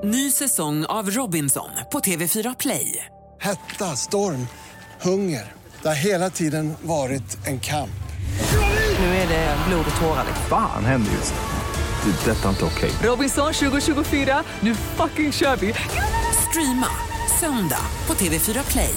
Ny säsong av Robinson på TV4 Play. Hetta, storm, hunger. Det har hela tiden varit en kamp. Nu är det blod och tårar. Fan händer just nu. Det. Detta är inte okej. Robinson 2024, nu fucking kör vi. Streama söndag på TV4 Play.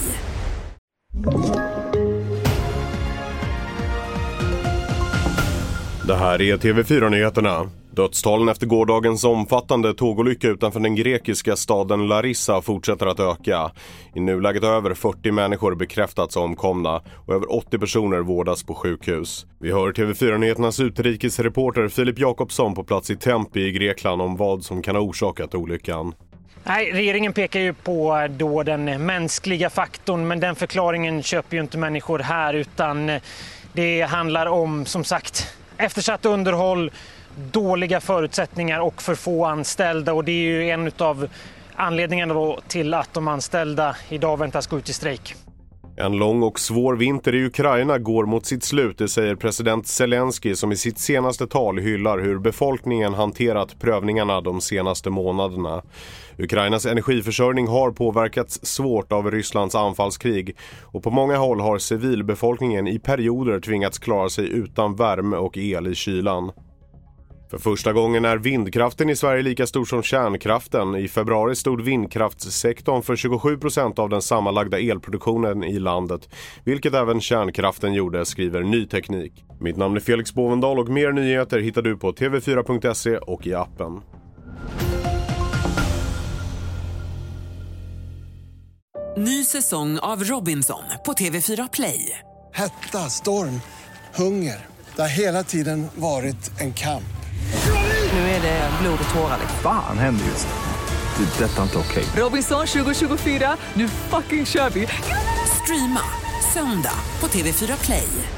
Det här är TV4-nyheterna. Dödstalen efter gårdagens omfattande tågolycka utanför den grekiska staden Larissa fortsätter att öka. I nuläget har över 40 människor bekräftats omkomna och över 80 personer vårdas på sjukhus. Vi hör TV4-nyheternas utrikesreporter Filip Jakobsson på plats i Tempi i Grekland om vad som kan ha orsakat olyckan. Nej, regeringen pekar ju på då den mänskliga faktorn, men den förklaringen köper ju inte människor här, utan det handlar om, som sagt, eftersatt underhåll, dåliga förutsättningar och för få anställda, och det är ju en av anledningarna då till att de anställda idag väntas gå ut i strejk. En lång och svår vinter i Ukraina går mot sitt slut, det säger president Zelensky som i sitt senaste tal hyllar hur befolkningen hanterat prövningarna de senaste månaderna. Ukrainas energiförsörjning har påverkats svårt av Rysslands anfallskrig och på många håll har civilbefolkningen i perioder tvingats klara sig utan värme och el i kylan. För första gången är vindkraften i Sverige lika stor som kärnkraften. I februari stod vindkraftssektorn för 27% av den sammanlagda elproduktionen i landet, vilket även kärnkraften gjorde, skriver Ny Teknik. Mitt namn är Felix Bovendal och mer nyheter hittar du på tv4.se och i appen. Ny säsong av Robinson på TV4 Play. Hetta, storm, hunger. Det har hela tiden varit en kamp. Nu är det blod och tårar. Fan händer just nu. Det. Detta är inte okej. Robinson 2024, nu fucking kör vi. Streama söndag på TV4 Play.